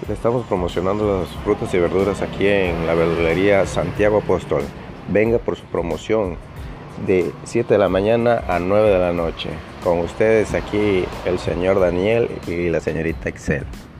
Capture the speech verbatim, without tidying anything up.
Le estamos promocionando las frutas y verduras aquí en la verdulería Santiago Apóstol. Venga por su promoción de siete de la mañana a nueve de la noche. Con ustedes aquí el señor Daniel y la señorita Excel.